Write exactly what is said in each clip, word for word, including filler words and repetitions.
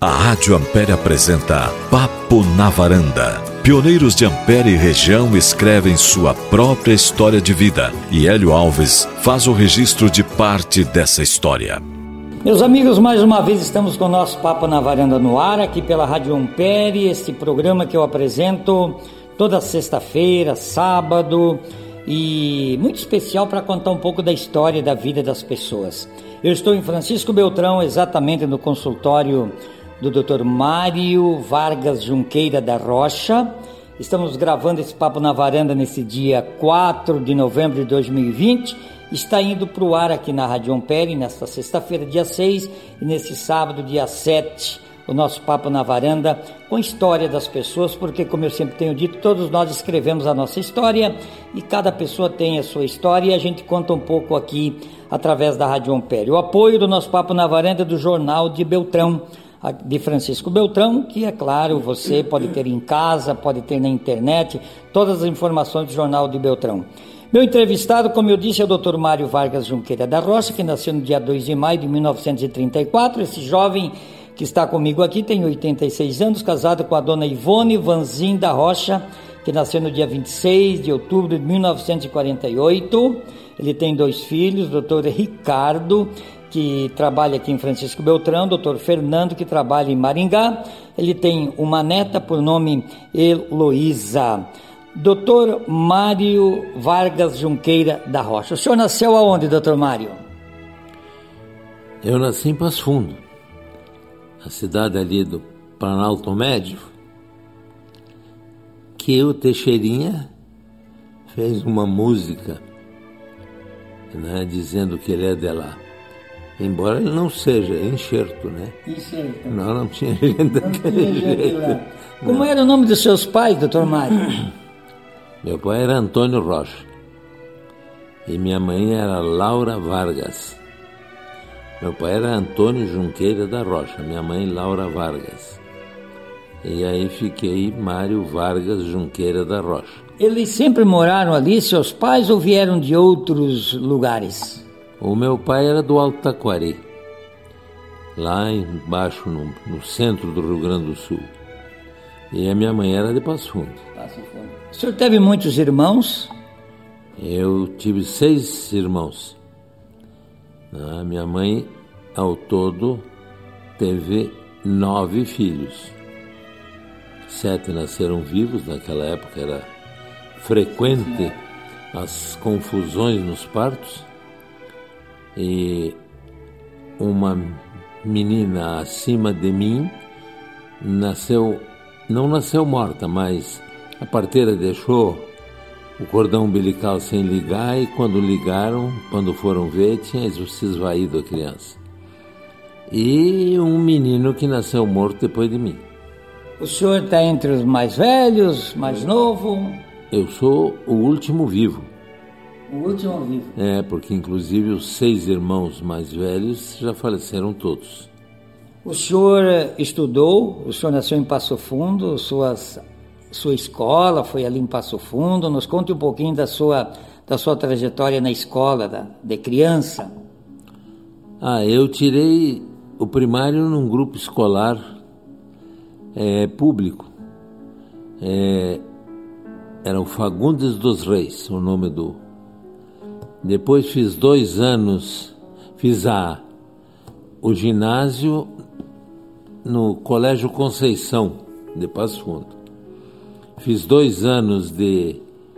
A Rádio Ampere apresenta Papo na Varanda. Pioneiros de Ampere e região escrevem sua própria história de vida e Hélio Alves faz o registro de parte dessa história. Meus amigos, mais uma vez estamos com o nosso Papo na Varanda no ar, aqui pela Rádio Ampere, este programa que eu apresento toda sexta-feira, sábado, e muito especial para contar um pouco da história e da vida das pessoas. Eu estou em Francisco Beltrão, exatamente no consultório do doutor Mário Vargas Junqueira da Rocha. Estamos gravando esse Papo na Varanda nesse dia quatro de novembro de dois mil e vinte. Está indo para o ar aqui na Rádio Ampere, nesta sexta-feira, dia seis, e nesse sábado, dia sete, o nosso Papo na Varanda com história das pessoas, porque, como eu sempre tenho dito, todos nós escrevemos a nossa história e cada pessoa tem a sua história e a gente conta um pouco aqui através da Rádio Ampere. O apoio do nosso Papo na Varanda é do Jornal de Beltrão, de Francisco Beltrão, que, é claro, você pode ter em casa, pode ter na internet, todas as informações do Jornal de Beltrão. Meu entrevistado, como eu disse, é o doutor Mário Vargas Junqueira da Rocha, que nasceu no dia dois de maio de mil novecentos e trinta e quatro. Esse jovem que está comigo aqui tem oitenta e seis anos, casado com a dona Ivone Vanzin da Rocha, que nasceu no dia vinte e seis de outubro de mil novecentos e quarenta e oito. Ele tem dois filhos, o doutor Ricardo, que trabalha aqui em Francisco Beltrão, doutor Fernando, que trabalha em Maringá. Ele tem uma neta por nome Heloísa. doutor Mário Vargas Junqueira da Rocha. O senhor nasceu aonde, doutor Mário? Eu nasci em Passo Fundo, a cidade ali do Planalto Médio, que o Teixeirinha fez uma música, né, dizendo que ele é de lá. Embora ele não seja, é enxerto, né? Enxerto. Não, não tinha gente daquele jeito. Lá. Como não. Era o nome dos seus pais, doutor Mário? Meu pai era Antônio Rocha e minha mãe era Laura Vargas. Meu pai era Antônio Junqueira da Rocha, minha mãe Laura Vargas. E aí fiquei Mário Vargas Junqueira da Rocha. Eles sempre moraram ali, seus pais, ou vieram de outros lugares? O meu pai era do Alto Taquari, lá embaixo, no, no centro do Rio Grande do Sul. E a minha mãe era de Passo Fundo. Passo Fundo. O senhor teve muitos irmãos? Eu tive seis irmãos. A minha mãe, ao todo, teve nove filhos. Sete nasceram vivos, naquela época era frequente as confusões nos partos. E uma menina acima de mim nasceu, não nasceu morta, mas a parteira deixou o cordão umbilical sem ligar e quando ligaram, quando foram ver, tinha se esvaído a criança. E um menino que nasceu morto depois de mim. O senhor está entre os mais velhos, mais novo? Eu sou o último vivo. O último vivo. É, porque inclusive os seis irmãos mais velhos já faleceram todos. O senhor estudou, o senhor nasceu em Passo Fundo, suas, sua escola foi ali em Passo Fundo. Nos conte um pouquinho da sua, da sua trajetória na escola, da, de criança. Ah, eu tirei o primário num grupo escolar é, público. É, era o Fagundes dos Reis, o nome do... Depois fiz dois anos, fiz a, o ginásio no Colégio Conceição, de Passo Fundo. Fiz dois anos de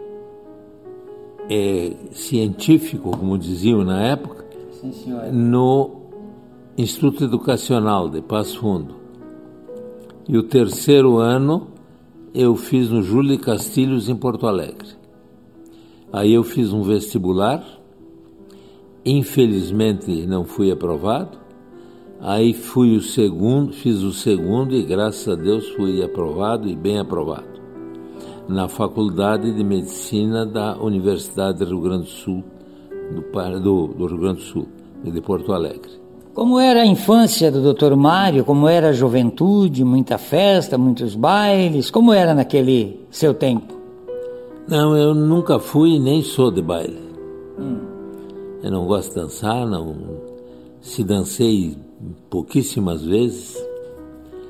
é, científico, como diziam na época, Sim, senhora. No Instituto Educacional de Passo Fundo. E o terceiro ano eu fiz no Júlio Castilhos, em Porto Alegre. Aí eu fiz um vestibular, infelizmente não fui aprovado. Aí fui o segundo, fiz o segundo e graças a Deus fui aprovado e bem aprovado. Na Faculdade de Medicina da Universidade do Rio Grande do Sul, do, do, do Rio Grande do Sul, de Porto Alegre. Como era a infância do doutor Mário? Como era a juventude? Muita festa, muitos bailes? Como era naquele seu tempo? Não, eu nunca fui nem sou de baile. Hum. Eu não gosto de dançar, não. Se dancei pouquíssimas vezes.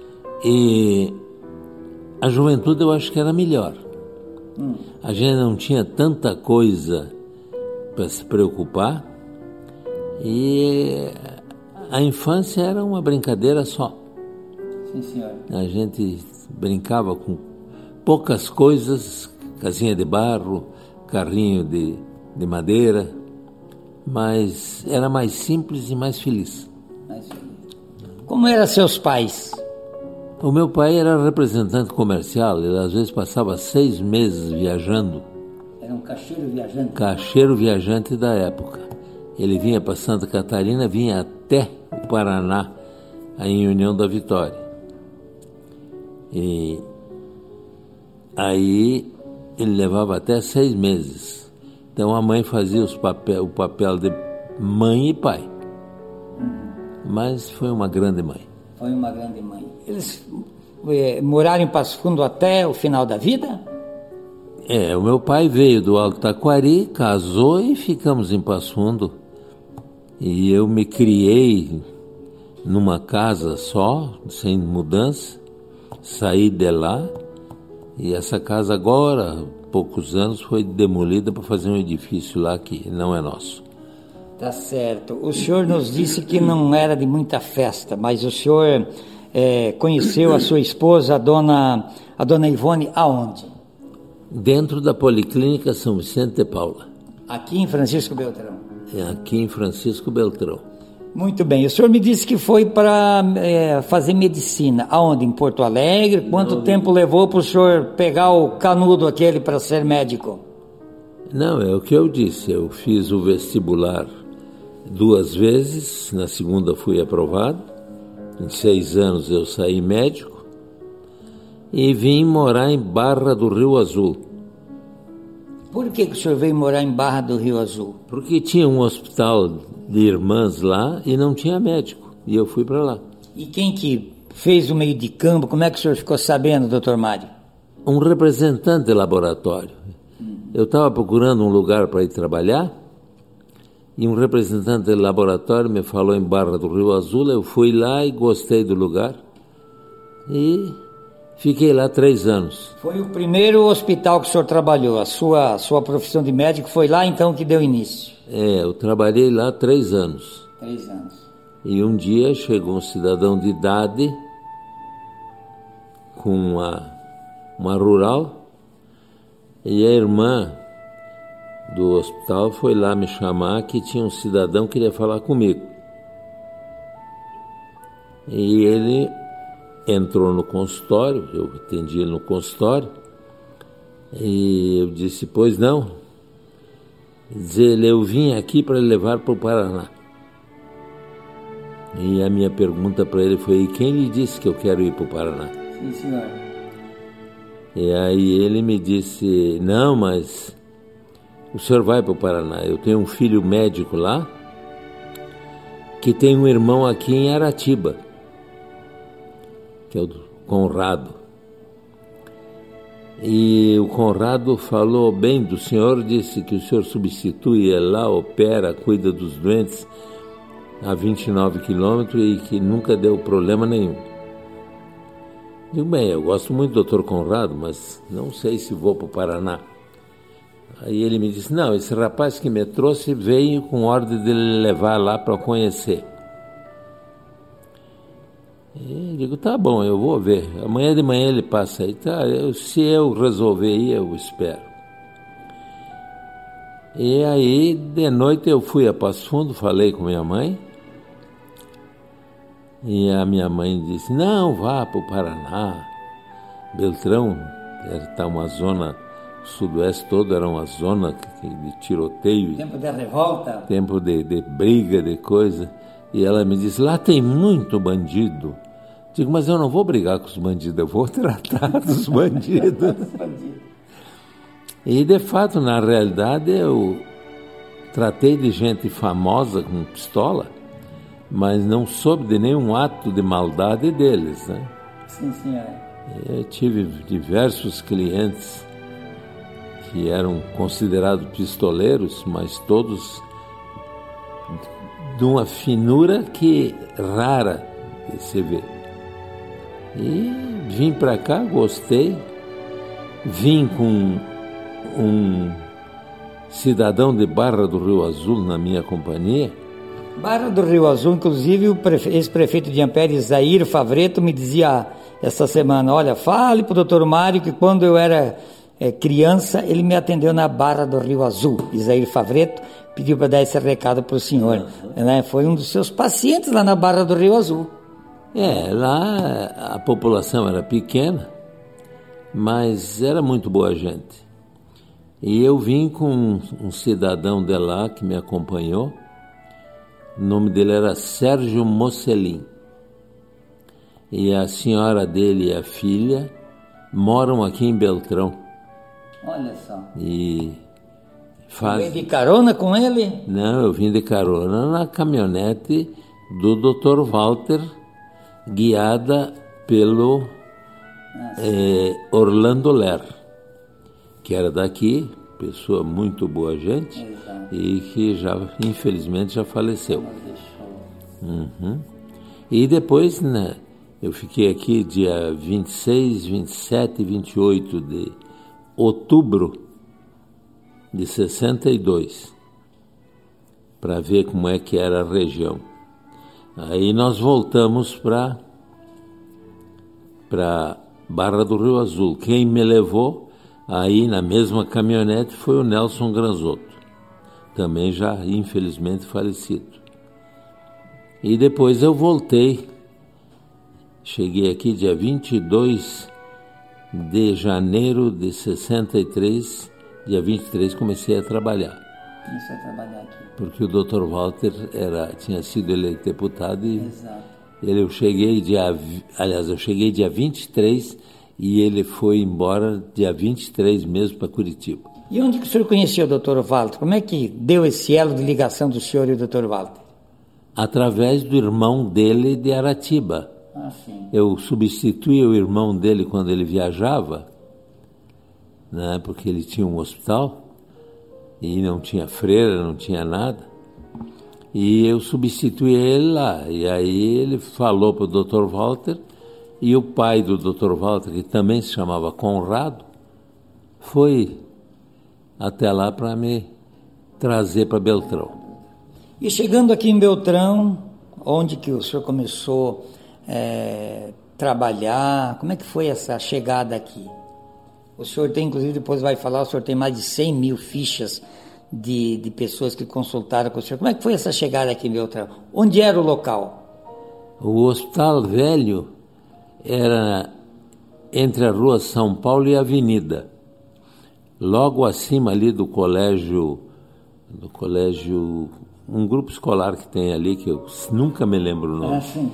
E a juventude eu acho que era melhor. Hum. A gente não tinha tanta coisa para se preocupar e a infância era uma brincadeira só. Sim, senhor. A gente brincava com poucas coisas, casinha de barro, carrinho de, de madeira, mas era mais simples e mais feliz. Mais feliz. Como eram seus pais? O meu pai era representante comercial, ele às vezes passava seis meses viajando. Era um caixeiro viajante? Caixeiro viajante da época. Ele vinha para Santa Catarina, vinha até o Paraná, aí em União da Vitória. E aí ele levava até seis meses. Então a mãe fazia os papel, o papel de mãe e pai. Mas foi uma grande mãe. Foi uma grande mãe. Eles eh, moraram em Passo Fundo até o final da vida? É, o meu pai veio do Alto Taquari, casou e ficamos em Passo Fundo. E eu me criei numa casa só, sem mudança, saí de lá e essa casa agora, há poucos anos, foi demolida para fazer um edifício lá que não é nosso. Tá certo. O senhor nos disse que não era de muita festa, mas o senhor é, conheceu a sua esposa, a dona, a dona Ivone, aonde? Dentro da Policlínica São Vicente de Paula. Aqui em Francisco Beltrão? É aqui em Francisco Beltrão. Muito bem. O senhor me disse que foi para é, fazer medicina. Aonde? Em Porto Alegre? Quanto não, tempo levou para o senhor pegar o canudo aquele para ser médico? Não, é o que eu disse. Eu fiz o vestibular duas vezes, na segunda fui aprovado, em seis anos eu saí médico e vim morar em Barra do Rio Azul. Por que, que o senhor veio morar em Barra do Rio Azul? Porque tinha um hospital de irmãs lá e não tinha médico, e eu fui para lá. E quem que fez o meio de campo, como é que o senhor ficou sabendo, doutor Mário? Um representante de laboratório. Hum. Eu estava procurando um lugar para ir trabalhar, e um representante do laboratório me falou em Barra do Rio Azul, eu fui lá e gostei do lugar e fiquei lá três anos. Foi o primeiro hospital que o senhor trabalhou, a sua, sua profissão de médico foi lá então que deu início? É, eu trabalhei lá três anos. Três anos. E um dia chegou um cidadão de idade com uma, uma rural e a irmã do hospital foi lá me chamar que tinha um cidadão que queria falar comigo. E ele entrou no consultório, eu atendi ele no consultório, e eu disse, pois não. Diz ele, eu vim aqui para levar para o Paraná. E a minha pergunta para ele foi, e quem lhe disse que eu quero ir para o Paraná? Sim, senhor. E aí ele me disse, não, mas o senhor vai para o Paraná. Eu tenho um filho médico lá, que tem um irmão aqui em Aratiba, que é o Conrado. E o Conrado falou bem do senhor, disse que o senhor substitui ele lá, opera, cuida dos doentes a vinte e nove quilômetros e que nunca deu problema nenhum. Digo, bem, eu gosto muito do doutor Conrado, mas não sei se vou para o Paraná. Aí ele me disse, não, esse rapaz que me trouxe veio com ordem de levar lá para conhecer. E eu digo, tá bom, eu vou ver. Amanhã de manhã ele passa aí. Tá, eu, se eu resolver ir, eu espero. E aí, de noite eu fui a Passo Fundo, falei com minha mãe. E a minha mãe disse, não, vá para o Paraná. Beltrão, está uma zona, o sudoeste todo era uma zona de tiroteio. Tempo de revolta. Tempo de, de briga, de coisa. E ela me disse, lá tem muito bandido. Digo, mas eu não vou brigar com os bandidos, eu vou tratar dos bandidos. E, de fato, na realidade, eu tratei de gente famosa com pistola, mas não soube de nenhum ato de maldade deles, né? Sim, senhor. Eu tive diversos clientes que eram considerados pistoleiros, mas todos de uma finura que rara de se ver. E vim para cá, gostei. Vim com um cidadão de Barra do Rio Azul na minha companhia. Barra do Rio Azul, inclusive o prefe... ex-prefeito de Ampere, Zair Favreto, me dizia essa semana, olha, fale para o doutor Mário que quando eu era é, criança, ele me atendeu na Barra do Rio Azul. Zair Favreto pediu para dar esse recado para o senhor. Uhum. Né? Foi um dos seus pacientes lá na Barra do Rio Azul. É, lá a população era pequena, mas era muito boa gente. E eu vim com um, um cidadão de lá que me acompanhou. O nome dele era Sérgio Mocelin. E a senhora dele e a filha moram aqui em Beltrão. Olha só. E faz... Você veio de carona com ele? Não, eu vim de carona na caminhonete do doutor Walter, guiada pelo eh, Orlando Ler, que era daqui, pessoa muito boa gente. Exato. E que já, infelizmente, já faleceu. Uhum. E depois, né, eu fiquei aqui dia vinte e seis, vinte e sete e vinte e oito de outubro de sessenta e dois, para ver como é que era a região. Aí nós voltamos para para Barra do Rio Azul. Quem me levou aí na mesma caminhonete foi o Nelson Granzotto, também já infelizmente falecido. E depois eu voltei, cheguei aqui dia vinte e dois de janeiro de sessenta e três, dia vinte e três comecei a trabalhar. Comecei a trabalhar aqui. Porque o doutor Walter era, tinha sido eleito deputado e Exato. ele, eu cheguei dia, aliás, eu cheguei dia vinte e três e ele foi embora dia vinte e três mesmo para Curitiba. E onde que o senhor conheceu o doutor Walter? Como é que deu esse elo de ligação do senhor e o doutor Walter? Através do irmão dele de Aratiba. Ah, sim. Eu substituía o irmão dele quando ele viajava, né, porque ele tinha um hospital e não tinha freira, não tinha nada. E eu substituía ele lá. E aí ele falou para o doutor Walter, e o pai do doutor Walter, que também se chamava Conrado, foi até lá para me trazer para Beltrão. E chegando aqui em Beltrão, onde que o senhor começou a é, trabalhar, como é que foi essa chegada aqui? O senhor tem, inclusive, depois vai falar, o senhor tem mais de cem mil fichas de, de pessoas que consultaram com o senhor. Como é que foi essa chegada aqui em Beltrão? Onde era o local? O Hospital Velho era entre a Rua São Paulo e a Avenida. Logo acima ali do colégio, do colégio, um grupo escolar que tem ali, que eu nunca me lembro o nome. Ah, sim.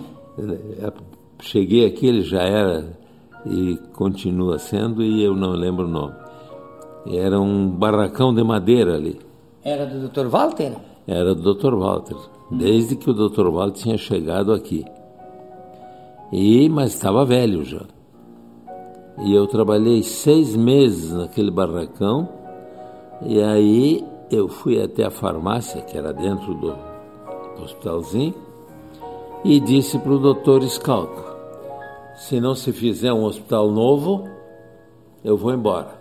Cheguei aqui, ele já era e continua sendo, e eu não lembro o nome. Era um barracão de madeira ali. Era do doutor Walter? Era do doutor Walter, hum. desde que o doutor Walter tinha chegado aqui. E, mas estava velho já. E eu trabalhei seis meses naquele barracão, e aí eu fui até a farmácia, que era dentro do, do hospitalzinho, e disse para o doutor Scalco, se não se fizer um hospital novo, eu vou embora.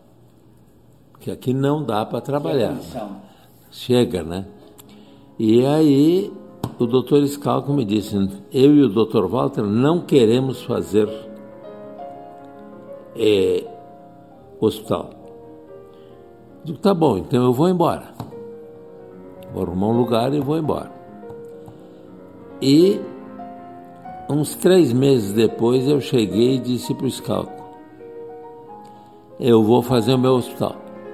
Porque aqui não dá para trabalhar. Chega, né? E aí o doutor Scalco me disse, eu e o doutor Walter não queremos fazer é, hospital. Digo, tá bom, então eu vou embora. Vou arrumar um lugar e vou embora. E uns três meses depois eu cheguei e disse para o Scalco, eu vou fazer o meu hospital.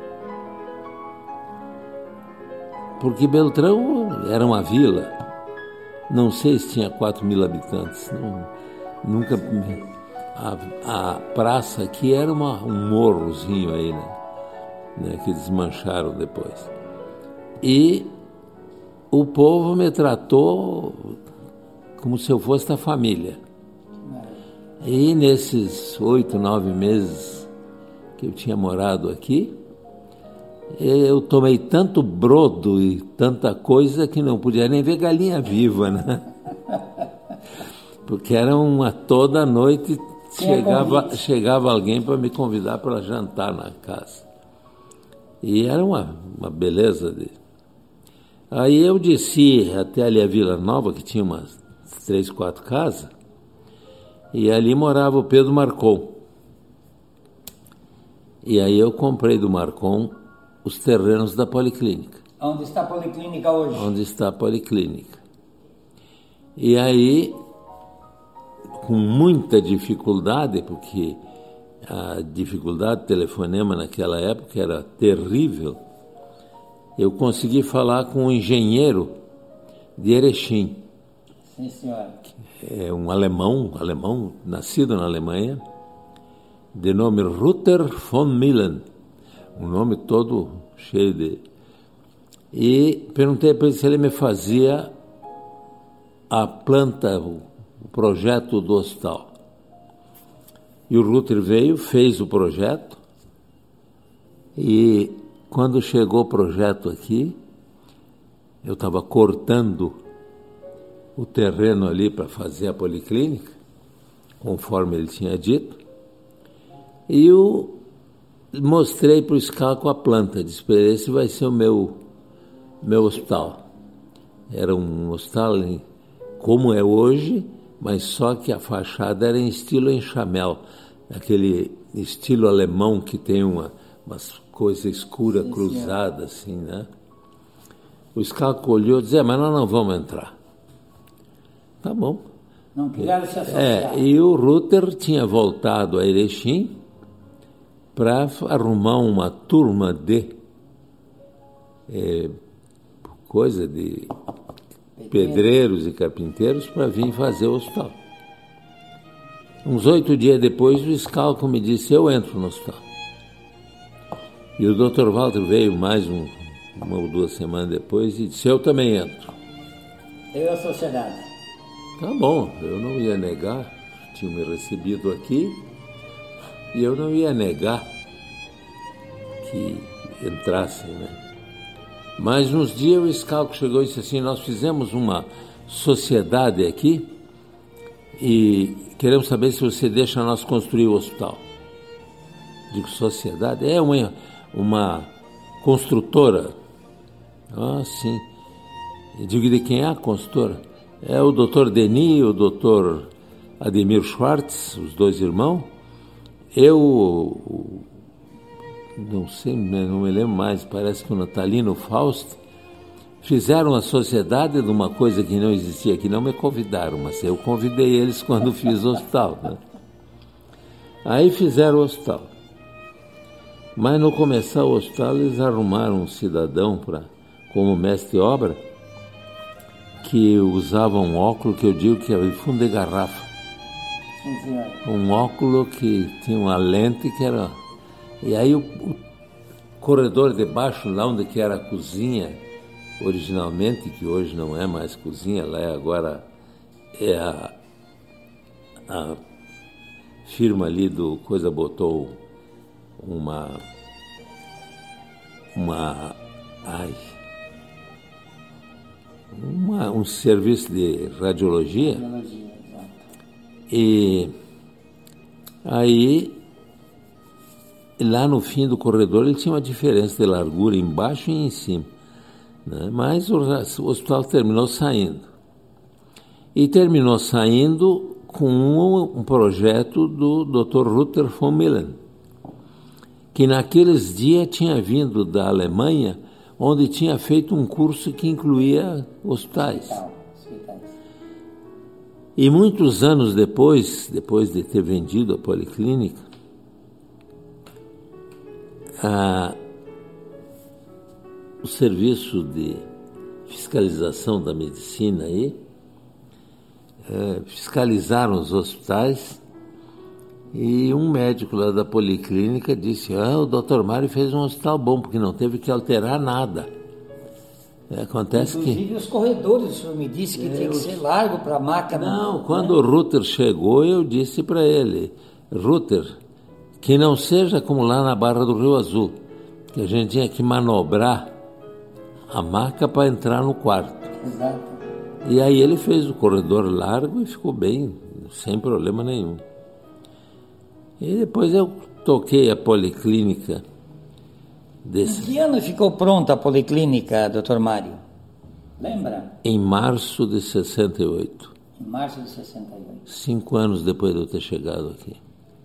Porque Beltrão era uma vila, não sei se tinha quatro mil habitantes, não, nunca... A, a praça aqui era uma, um morrozinho aí, né? né? Que desmancharam depois. E o povo me tratou como se eu fosse da família. E nesses oito, nove meses que eu tinha morado aqui, eu tomei tanto brodo e tanta coisa que não podia nem ver galinha viva, né? Porque era uma toda noite chegava, chegava alguém para me convidar para jantar na casa. E era uma, uma beleza de... Aí eu desci até ali a Vila Nova, que tinha umas três, quatro casas, e ali morava o Pedro Marcon. E aí eu comprei do Marcon os terrenos da Policlínica. Onde está a Policlínica hoje? Onde está a Policlínica. E aí, com muita dificuldade, porque a dificuldade de telefonema naquela época era terrível, eu consegui falar com um engenheiro de Erechim. Sim, senhora. É um alemão, alemão, nascido na Alemanha, de nome Ruther von Millen, um nome todo cheio de... E perguntei para ele se ele me fazia a planta, o projeto do hospital. E o Ruther veio, fez o projeto, e quando chegou o projeto aqui, eu estava cortando o terreno ali para fazer a policlínica, conforme ele tinha dito, e eu mostrei para o Scalco a planta, disse para ele, esse vai ser o meu, meu hospital. Era um hospital em, como é hoje, mas só que a fachada era em estilo enxamel, aquele estilo alemão que tem uma, umas coisa escura, sim, cruzada, assim, né? O Scalco olhou e disse, é, mas nós não vamos entrar. Tá bom. Não quiseram se associar. É, e o Ruther tinha voltado a Erechim para arrumar uma turma de é, coisa de pedreiros e carpinteiros para vir fazer o hospital. Uns oito dias depois, o Scalco me disse, eu entro no hospital. E o doutor Walter veio mais um, uma ou duas semanas depois e disse, eu também entro. Eu e a sociedade. Tá bom, eu não ia negar, tinha me recebido aqui, e eu não ia negar que entrassem, né? Mas uns dias o Scalco chegou e disse assim, nós fizemos uma sociedade aqui e queremos saber se você deixa nós construir o hospital. Digo, sociedade? É uma, uma construtora. Ah, sim. Eu digo, de quem é a construtora? É o doutor Denis e o doutor Ademir Schwartz, os dois irmãos. Eu, não sei, não me lembro mais, parece que o Natalino Fausto, fizeram a sociedade de uma coisa que não existia, que não me convidaram, mas eu convidei eles quando fiz o hospital, né? Aí fizeram o hospital. Mas no começar o hospital, eles arrumaram um cidadão pra, como mestre de obra, que usava um óculos que eu digo que era de fundo de garrafa. Sim, um óculos que tinha uma lente que era... E aí o, o corredor de baixo, lá onde que era a cozinha, originalmente, que hoje não é mais cozinha, lá é agora é a, a firma ali do Coisa botou uma... uma... ai... Uma, um serviço de radiologia, radiologia e aí lá no fim do corredor ele tinha uma diferença de largura embaixo e em cima, né? Mas o, o hospital terminou saindo e terminou saindo com um, um projeto do doutor Ruther von Millen, que naqueles dias tinha vindo da Alemanha, onde tinha feito um curso que incluía hospitais. E muitos anos depois, depois de ter vendido a Policlínica, a, o serviço de fiscalização da medicina aí, é, fiscalizaram os hospitais e um médico lá da Policlínica disse, ah, o doutor Mário fez um hospital bom, porque não teve que alterar nada. É, acontece Inclusive, que... Inclusive os corredores, o senhor me disse que é, tinha que ser largo para a máquina. Não, né? Quando o Ruther chegou, eu disse para ele, Ruther, que não seja como lá na Barra do Rio Azul, que a gente tinha que manobrar a maca para entrar no quarto. Exato. E aí ele fez o corredor largo e ficou bem... sem problema nenhum. E depois eu toquei a policlínica. Desse... Em que ano ficou pronta a policlínica, doutor Mário? Lembra? Em março de sessenta e oito. Em março de sessenta e oito. Cinco anos depois de eu ter chegado aqui.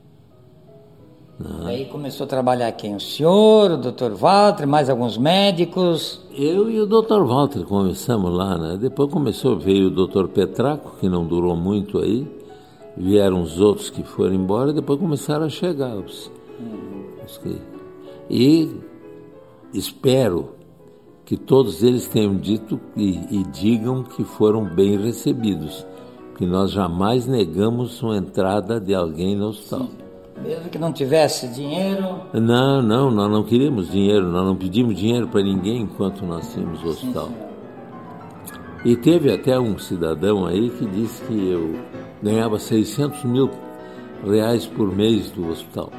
Ah. Aí começou a trabalhar quem? O senhor, o doutor Walter, mais alguns médicos? Eu e o doutor Walter começamos lá, né? Depois começou, veio o doutor Petraco, que não durou muito aí. Vieram os outros que foram embora, depois começaram a chegar os, uhum. os que... E espero que todos eles tenham dito e, e digam que foram bem recebidos, que nós jamais negamos uma entrada de alguém no hospital. Sim. Mesmo que não tivesse dinheiro? Não, não, nós não queríamos dinheiro, nós não pedimos dinheiro para ninguém enquanto nós tínhamos o hospital. Sim, e teve até um cidadão aí que disse que eu ganhava seiscentos mil reais por mês do hospital.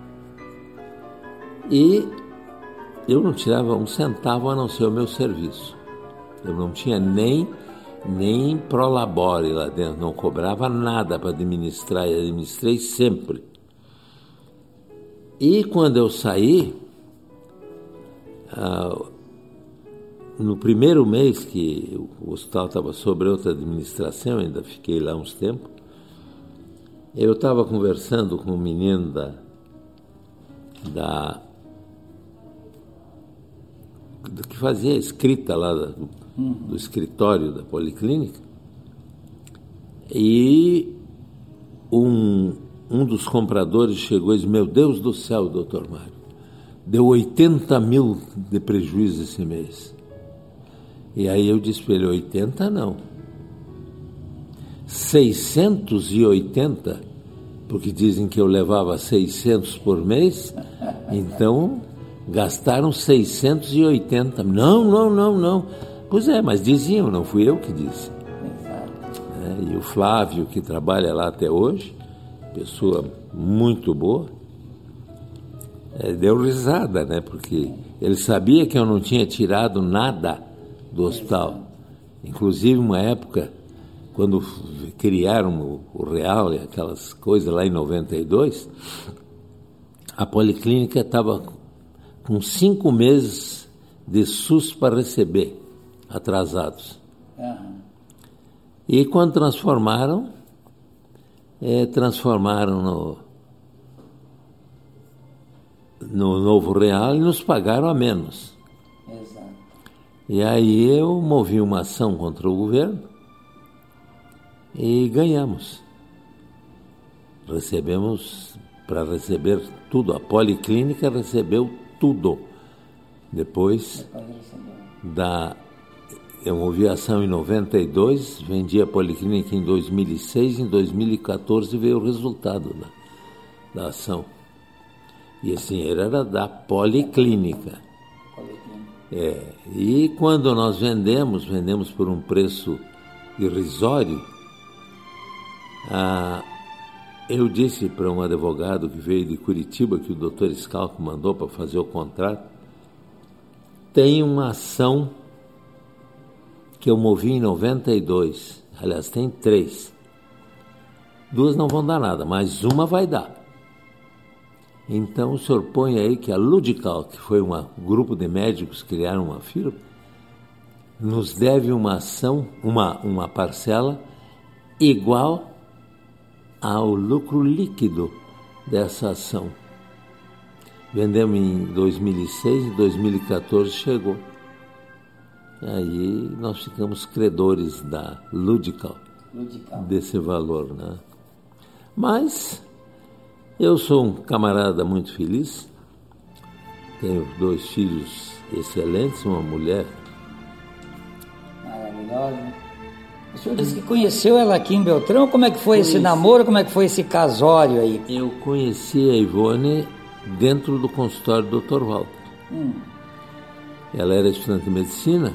E eu não tirava um centavo a não ser o meu serviço. Eu não tinha nem, nem prolabore lá dentro, não cobrava nada para administrar, e administrei sempre. E quando eu saí, ah, no primeiro mês que o hospital estava sob outra administração, ainda fiquei lá uns tempos, eu estava conversando com um menino da, da do que fazia a escrita lá do, do escritório da policlínica, e um, um dos compradores chegou e disse: meu Deus do céu, doutor Mário, deu oitenta mil de prejuízo esse mês. E aí eu disse para ele: oitenta não, seiscentos e oitenta, porque dizem que eu levava seiscentos por mês, então gastaram seiscentos e oitenta. Não, não, não, não. Pois é, mas diziam, não fui eu que disse. É, e o Flávio, que trabalha lá até hoje, pessoa muito boa, é, deu risada, né? Porque ele sabia que eu não tinha tirado nada do hospital. Inclusive, uma época, quando criaram o, o Real e aquelas coisas lá em noventa e dois, a policlínica estava com cinco meses de S U S para receber, atrasados. Uhum. E quando transformaram, é, transformaram no, no Novo Real e nos pagaram a menos. Exato. E aí eu movi uma ação contra o governo e ganhamos. Recebemos, para receber tudo, a policlínica recebeu tudo. Depois da... Eu movi a ação em noventa e dois, vendi a policlínica em dois mil e seis, em dois mil e quatorze veio o resultado da, da ação. E esse dinheiro era da policlínica. É, e quando nós vendemos, vendemos por um preço irrisório, ah, eu disse para um advogado que veio de Curitiba, que o doutor Scalco mandou para fazer o contrato, tem uma ação que eu movi em noventa e dois, aliás, tem três. Duas não vão dar nada, mas uma vai dar. Então o senhor põe aí que a Ludical, que foi um grupo de médicos que criaram uma firma, nos deve uma ação, uma, uma parcela igual ao lucro líquido dessa ação. Vendemos em dois mil e seis, em dois mil e quatorze chegou. Aí nós ficamos credores da Ludical, Ludical. Desse valor, né? Mas eu sou um camarada muito feliz, tenho dois filhos excelentes, uma mulher maravilhosa. O senhor disse que conheceu ela aqui em Beltrão. Como é que foi Conheci. esse namoro? Como é que foi esse casório aí? Eu conheci a Ivone dentro do consultório do doutor Walter. Hum. Ela era estudante de medicina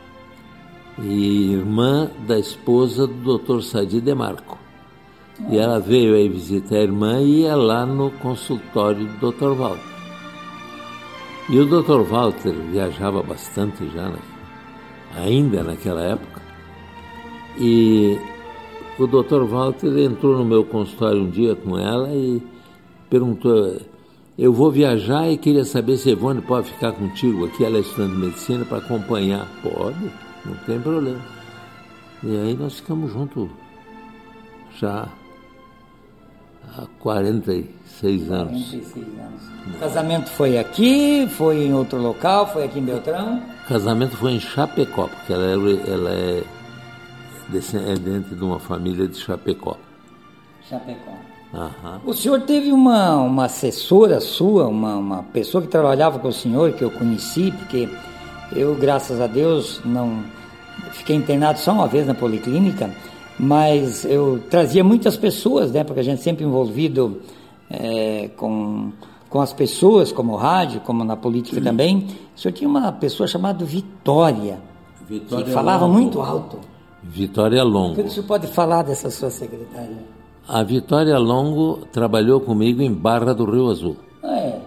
e irmã da esposa do doutor Sadi Demarco. Hum. E ela veio aí visitar a irmã e ia lá no consultório do doutor Walter. E o doutor Walter viajava bastante já, né? Ainda naquela época. E o doutor Walter entrou no meu consultório um dia com ela e perguntou, eu vou viajar e queria saber se a Ivone pode ficar contigo aqui, ela é estudante de medicina, para acompanhar. Pode, não tem problema. E aí nós ficamos juntos já há quarenta e seis anos. quarenta e seis anos. O casamento foi aqui, foi em outro local, foi aqui em Beltrão? O casamento foi em Chapecó, porque ela é, ela é descendente de uma família de Chapecó. Chapecó. Aham. O senhor teve uma, uma assessora sua, uma, uma pessoa que trabalhava com o senhor, que eu conheci, porque eu, graças a Deus, não fiquei internado só uma vez na policlínica, mas eu trazia muitas pessoas, né, porque a gente sempre envolvido é, com, com as pessoas, como rádio, como na política Sim. também. O senhor tinha uma pessoa chamada Vitória, Vitória que falava Longo. muito alto. Vitória Longo. O que o senhor pode falar dessa sua secretária? A Vitória Longo trabalhou comigo em Barra do Rio Azul. Ah, é?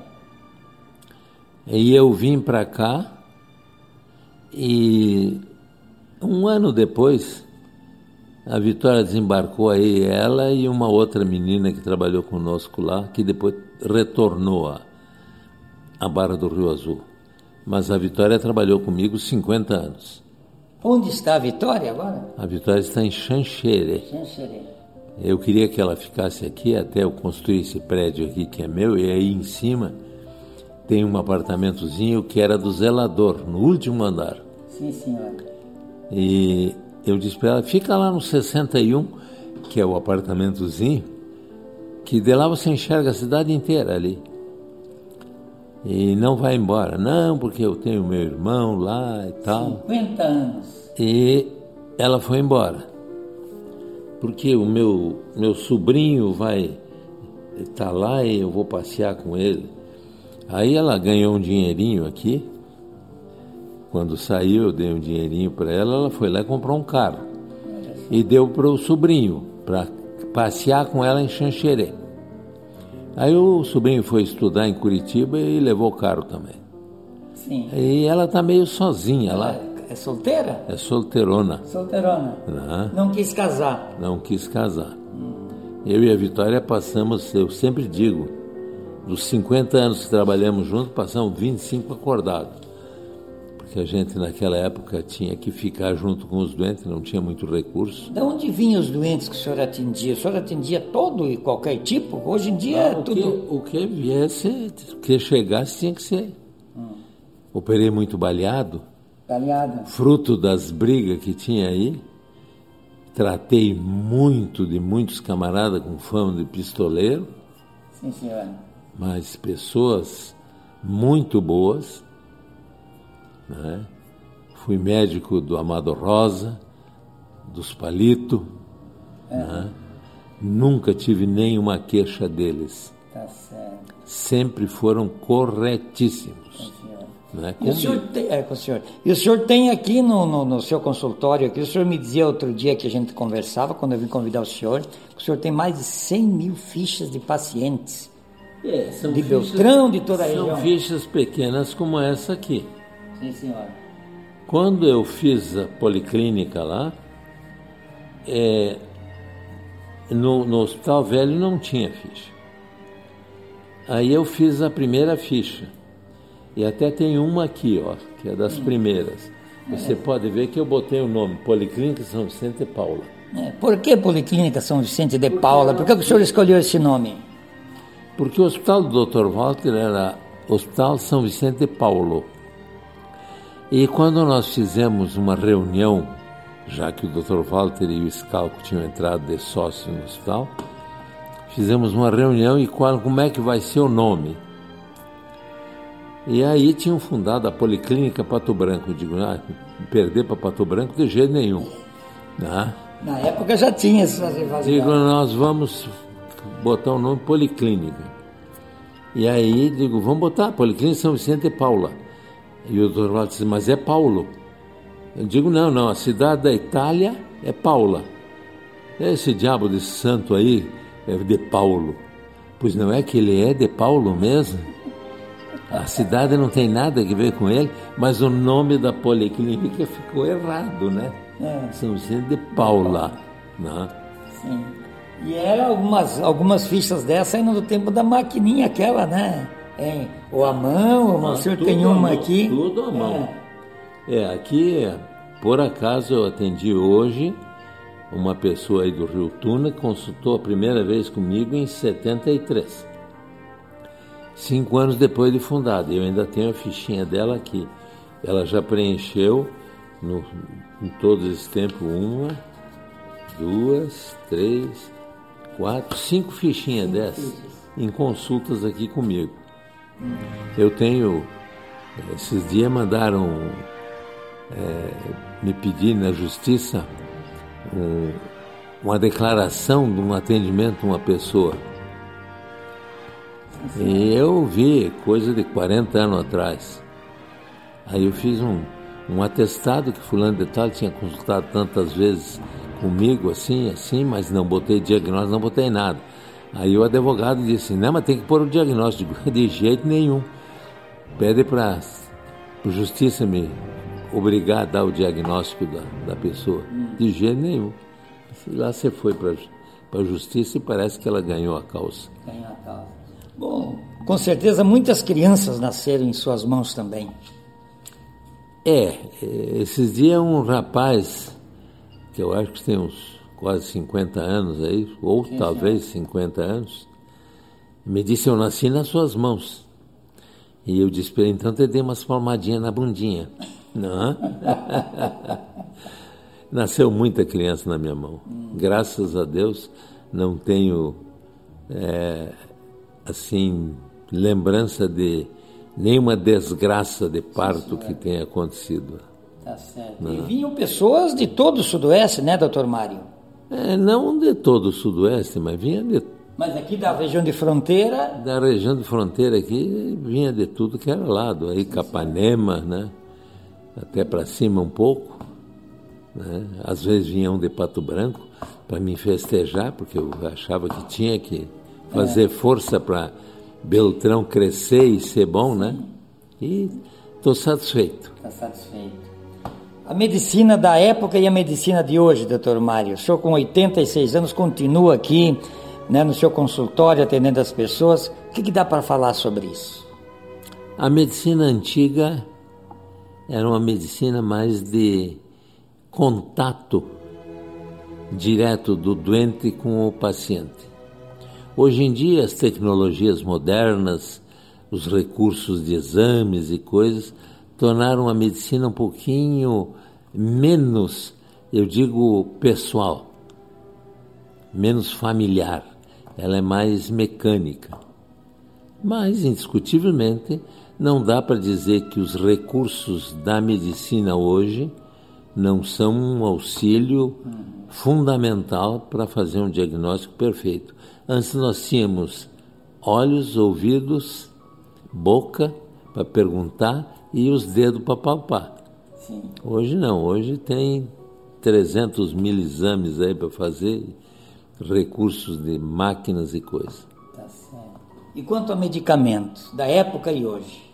E eu vim para cá e um ano depois a Vitória desembarcou aí, ela e uma outra menina que trabalhou conosco lá, que depois retornou a, a Barra do Rio Azul. Mas a Vitória trabalhou comigo cinquenta anos. Onde está a Vitória agora? A Vitória está em Xanxerê. Xanxerê. Eu queria que ela ficasse aqui até eu construir esse prédio aqui que é meu, e aí em cima tem um apartamentozinho que era do zelador, no último andar. Sim, senhora. E eu disse para ela, fica lá no sessenta e um, que é o apartamentozinho, que de lá você enxerga a cidade inteira ali. E não vai embora. Não, porque eu tenho meu irmão lá e tal. cinquenta anos. E ela foi embora. Porque o meu, meu sobrinho vai estar lá e eu vou passear com ele. Aí ela ganhou um dinheirinho aqui. Quando saiu, eu dei um dinheirinho para ela, ela foi lá e comprou um carro. E deu para o sobrinho, para passear com ela em Xanxerê. Aí o sobrinho foi estudar em Curitiba e levou o carro também. Sim. E ela está meio sozinha lá. É solteira? É solteirona. Solteirona. Né? Não quis casar. Não quis casar. Hum. Eu e a Vitória passamos, eu sempre digo, dos cinquenta anos que trabalhamos juntos, passamos vinte e cinco acordados. Porque a gente naquela época tinha que ficar junto com os doentes, não tinha muito recurso. De onde vinham os doentes que o senhor atendia? O senhor atendia todo e qualquer tipo? Hoje em dia ah, é o tudo... Que, o que viesse, o que chegasse tinha que ser. Hum. Operei muito baleado. Baleado. Fruto das brigas que tinha aí. Tratei muito de muitos camaradas com fama de pistoleiro. Sim, senhora. Mas pessoas muito boas. Né? Fui médico do Amado Rosa, dos Palito. É. Né? Nunca tive nenhuma queixa deles. Tá certo. Sempre foram corretíssimos. Né? E o senhor tem, é, com o senhor. E o senhor tem aqui no, no, no seu consultório, aqui, o senhor me dizia outro dia que a gente conversava, quando eu vim convidar o senhor, que o senhor tem mais de cem mil fichas de pacientes. É, são de fichas, Beltrão, de toda a região. São fichas pequenas como essa aqui. Sim, senhora. Quando eu fiz a policlínica lá, é, no, no Hospital Velho não tinha ficha. Aí eu fiz a primeira ficha. E até tem uma aqui, ó, que é das hum. primeiras. Você é. pode ver que eu botei o nome, Policlínica São Vicente de Paula. É. Por que Policlínica São Vicente de Paula? Por que o senhor escolheu esse nome? Porque o hospital do doutor Walter era Hospital São Vicente de Paulo. E quando nós fizemos uma reunião, já que o doutor Walter e o Scalco tinham entrado de sócio no hospital, fizemos uma reunião e qual, como é que vai ser o nome? E aí tinham fundado a Policlínica Pato Branco. Eu digo, ah, perder para Pato Branco de jeito nenhum. Ah. Na época já tinha essas invasões. Digo, nós vamos botar o nome Policlínica. E aí, digo, vamos botar Policlínica São Vicente de Paula. E o doutor Walter disse, mas é Paulo. Eu digo, não, não, a cidade da Itália é Paula. Esse diabo desse santo aí é de Paulo. Pois não é que ele é de Paulo mesmo? A cidade não tem nada a ver com ele, mas o nome da policlínica ficou errado, né? É. São Vicente de Paula. Né? Sim. E era algumas, algumas fichas dessas ainda no tempo da maquininha aquela, né? É, ou a mão, ou ah, o senhor tem uma mão, aqui. Tudo à mão. É, é aqui, por acaso, eu atendi hoje uma pessoa aí do Rio Tuna que consultou a primeira vez comigo em setenta e três. Cinco anos depois de fundada. Eu ainda tenho a fichinha dela aqui. Ela já preencheu, no, em todo esse tempo, uma, duas, três, quatro, cinco fichinhas cinco dessas fichas. Em consultas aqui comigo. Hum. Eu tenho, esses dias mandaram é, me pedir na justiça um, uma declaração de um atendimento de uma pessoa. Sim. E eu vi coisa de quarenta anos atrás. Aí eu fiz um, um atestado que fulano de tal tinha consultado tantas vezes comigo, assim, assim, mas não botei diagnóstico, não botei nada. Aí o advogado disse, não, mas tem que pôr o diagnóstico. De jeito nenhum. Pede para a justiça me obrigar a dar o diagnóstico da, da pessoa. De jeito nenhum. E lá você foi para a justiça e parece que ela ganhou a causa. Ganhou a causa. Bom, com certeza muitas crianças nasceram em suas mãos também. É, esses dias um rapaz, que eu acho que tem uns quase cinquenta anos aí, ou sim, talvez sim. cinquenta anos, me disse, eu nasci nas suas mãos. E eu disse para ele, então eu dei umas palmadinhas na bundinha. Não? Nasceu muita criança na minha mão. Hum. Graças a Deus não tenho, é, assim, lembrança de nenhuma desgraça de parto que tenha acontecido. Tá certo. Não. E vinham pessoas de todo o Sudoeste, né, doutor Mário? É, não de todo o Sudoeste, mas vinha de... Mas aqui da região de fronteira? Da região de fronteira aqui, vinha de tudo que era lado. Aí Capanema, né? Até para cima um pouco. Né? Às vezes vinham de Pato Branco para me festejar, porque eu achava que tinha que fazer é. força para Beltrão crescer e ser bom, né? E estou satisfeito. Está satisfeito. A medicina da época e a medicina de hoje, doutor Mário. O senhor com oitenta e seis anos continua aqui, né, no seu consultório atendendo as pessoas. O que, que dá para falar sobre isso? A medicina antiga era uma medicina mais de contato direto do doente com o paciente. Hoje em dia, as tecnologias modernas, os recursos de exames e coisas, tornaram a medicina um pouquinho menos, eu digo, pessoal, menos familiar. Ela é mais mecânica. Mas, indiscutivelmente, não dá para dizer que os recursos da medicina hoje não são um auxílio fundamental para fazer um diagnóstico perfeito. Antes nós tínhamos olhos, ouvidos, boca para perguntar e os dedos para palpar. Sim. Hoje não, hoje tem trezentos mil exames aí para fazer, recursos de máquinas e coisas. Tá certo. E quanto a medicamentos, da época e hoje?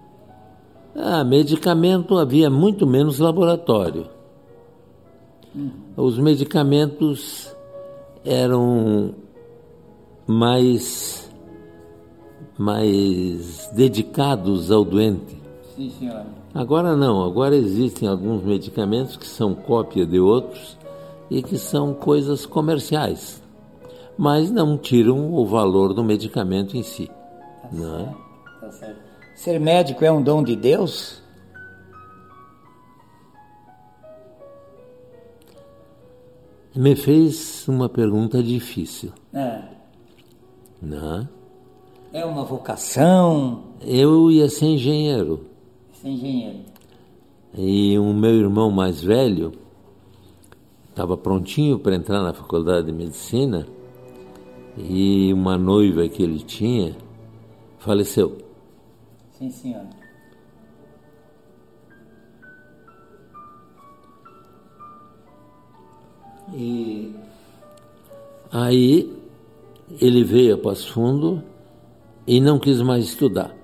Ah, medicamento havia muito menos laboratório. Hum. Os medicamentos eram mais, mais dedicados ao doente. Sim, senhora. Agora não, agora existem alguns medicamentos que são cópia de outros e que são coisas comerciais, mas não tiram o valor do medicamento em si. Tá não certo, é? Tá certo. Ser médico é um dom de Deus? Me fez uma pergunta difícil. É. Não? É uma vocação? Eu ia ser engenheiro. Ser engenheiro. E o meu irmão mais velho estava prontinho para entrar na faculdade de medicina e uma noiva que ele tinha faleceu. Sim, senhor. E aí ele veio a Passo Fundo e não quis mais estudar.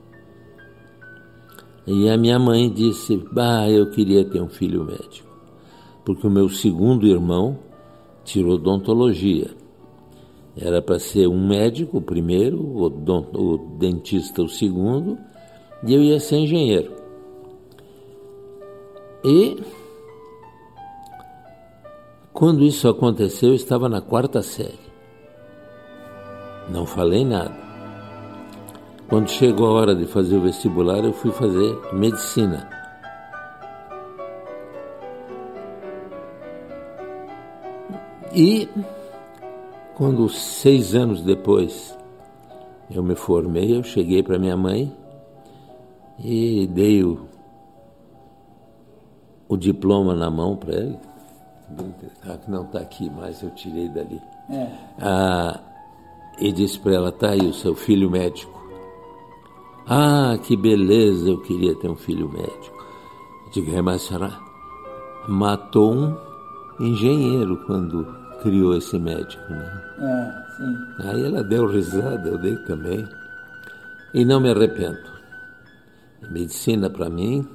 E a minha mãe disse, bah, eu queria ter um filho médico, porque o meu segundo irmão tirou odontologia. Era para ser um médico o primeiro, o, don, o dentista o segundo, e eu ia ser engenheiro. E quando isso aconteceu, eu estava na quarta série. Não falei nada. Quando chegou a hora de fazer o vestibular, eu fui fazer medicina. E quando seis anos depois eu me formei, eu cheguei para minha mãe e dei o, o diploma na mão para ele. Não está aqui, mas eu tirei dali. É. Ah, e disse para ela, tá aí o seu filho médico. Ah, que beleza, eu queria ter um filho médico. Eu digo, mas a senhora matou um engenheiro quando criou esse médico, né? É, sim. Aí ela deu risada, eu dei também. E não me arrependo. Medicina para mim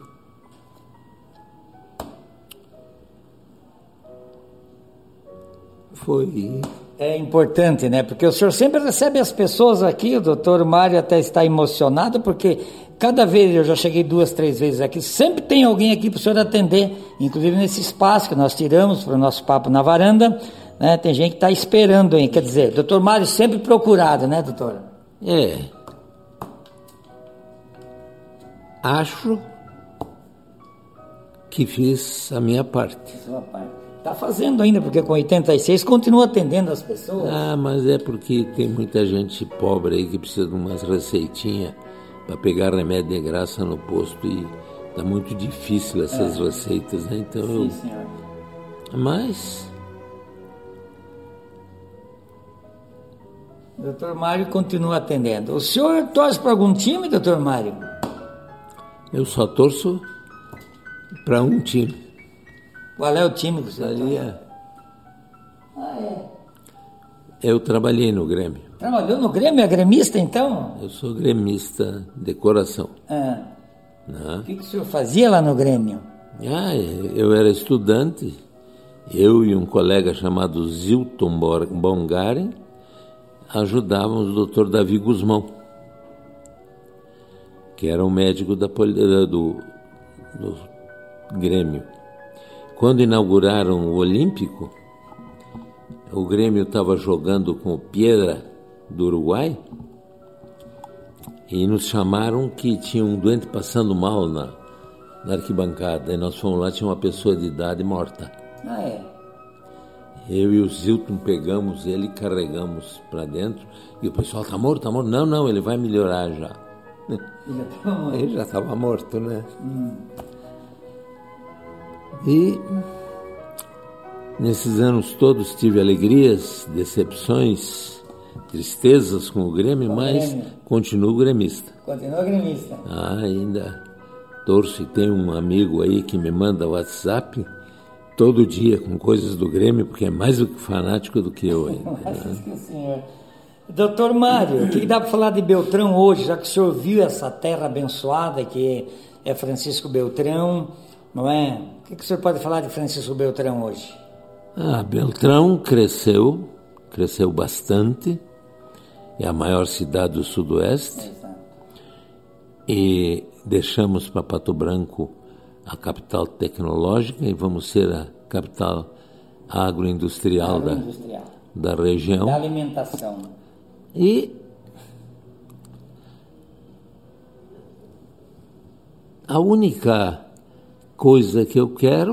foi... É importante, né? Porque o senhor sempre recebe as pessoas aqui, o doutor Mário até está emocionado, porque cada vez, eu já cheguei duas, três vezes aqui, sempre tem alguém aqui para o senhor atender, inclusive nesse espaço que nós tiramos para o nosso Papo na Varanda, né? Tem gente que está esperando, hein? Quer dizer, doutor Mário sempre procurado, né, doutor? É. Acho que fiz a minha parte. Sua parte. Está fazendo ainda, porque com oitenta e seis continua atendendo as pessoas. Ah, mas é porque tem muita gente pobre aí que precisa de umas receitinhas para pegar remédio de graça no posto e tá muito difícil essas é. receitas, né? Então Sim, eu... senhor. Mas... doutor Mário continua atendendo. O senhor torce para algum time, doutor Mário? Eu só torço para um time. Qual é o time que você torce? Ah, é. Eu trabalhei no Grêmio. Trabalhou no Grêmio? É gremista, então? Eu sou gremista de coração. Ah. O que, que o senhor fazia lá no Grêmio? Ah, eu era estudante. Eu e um colega chamado Zilton Bongaren ajudávamos o doutor Davi Guzmão, que era o médico da, do, do Grêmio. Quando inauguraram o Olímpico, o Grêmio estava jogando com o Piedra do Uruguai e nos chamaram que tinha um doente passando mal na, na arquibancada. E nós fomos lá, tinha uma pessoa de idade morta. Ah, é? Eu e o Zilton pegamos ele e carregamos para dentro. E o pessoal, tá morto, tá morto? Não, não, ele vai melhorar já. Ele já estava morto, né? Hum. E nesses anos todos tive alegrias, decepções, tristezas com o Grêmio, com mas Grêmio. Continuo gremista. Continua gremista. Ah, ainda torço e tenho um amigo aí que me manda WhatsApp todo dia com coisas do Grêmio, porque é mais do que fanático do que eu ainda. Né? Que o senhor... Doutor Mário, o que dá para falar de Beltrão hoje, já que o senhor viu essa terra abençoada que é Francisco Beltrão, não é? O que, que o senhor pode falar de Francisco Beltrão hoje? Ah, Beltrão cresceu, cresceu bastante, é a maior cidade do Sudoeste, Exato. E deixamos para Pato Branco a capital tecnológica e vamos ser a capital agroindustrial, agroindustrial. Da, da região. Da alimentação. E a única coisa que eu quero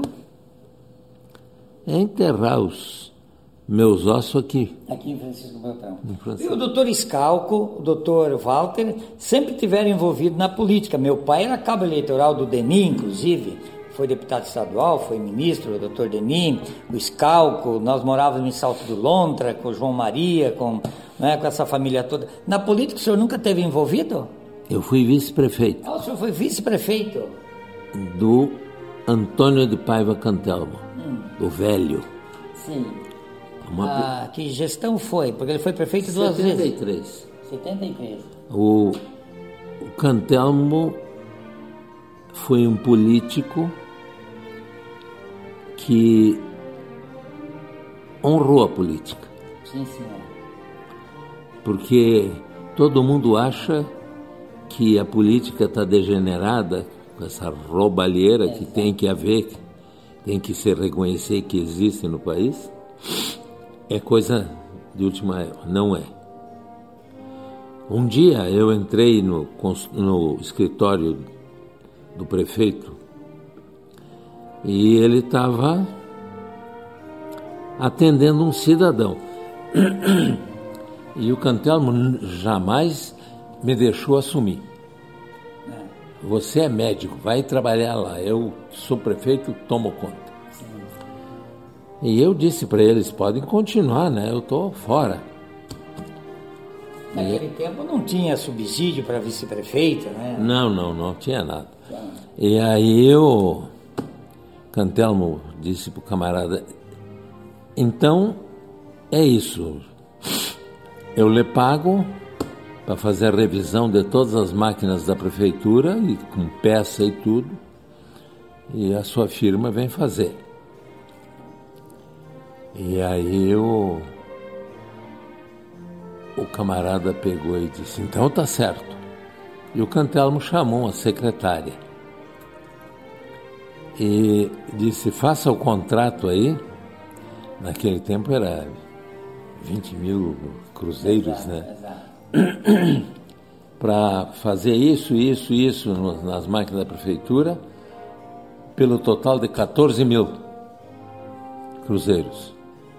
é enterrar os meus ossos aqui. Aqui em Francisco Beltrão. E o doutor Scalco, o doutor Walter, sempre estiveram envolvidos na política. Meu pai era cabo eleitoral do D E N I, inclusive, foi deputado estadual, foi ministro, o doutor D E N I, o Scalco, nós morávamos em Salto do Lontra, com o João Maria, com, né, com essa família toda. Na política o senhor nunca esteve envolvido? Eu fui vice-prefeito. Ah, o senhor foi vice-prefeito? Do Antônio de Paiva Cantelmo, hum. do velho. Sim. Uma... Ah, que gestão foi? Porque ele foi prefeito duas vezes. setenta e três. setenta e três. O, o Cantelmo foi um político que honrou a política. Sim, senhor. Porque todo mundo acha que a política está degenerada, com essa roubalheira que tem que haver, tem que se reconhecer que existe no país. É coisa de última época, não é. Um dia eu entrei no, no escritório do prefeito e ele estava atendendo um cidadão. E o Cantelmo jamais me deixou assumir. Você é médico, vai trabalhar lá. Eu sou prefeito, tomo conta. Sim. E eu disse para eles, podem continuar, né? Eu estou fora. Naquele e... tempo não tinha subsídio para vice-prefeita, né? Não, não, não tinha nada. Tá. E aí o Cantelmo disse para o camarada, então é isso. Eu lhe pago para fazer a revisão de todas as máquinas da prefeitura, e com peça e tudo, e a sua firma vem fazer. E aí o, o camarada pegou e disse, então tá certo. E o Cantelmo chamou a secretária e disse, faça o contrato aí. Naquele tempo era vinte mil cruzeiros, exato, né? Para fazer isso, isso, isso nas máquinas da prefeitura, pelo total de quatorze mil cruzeiros.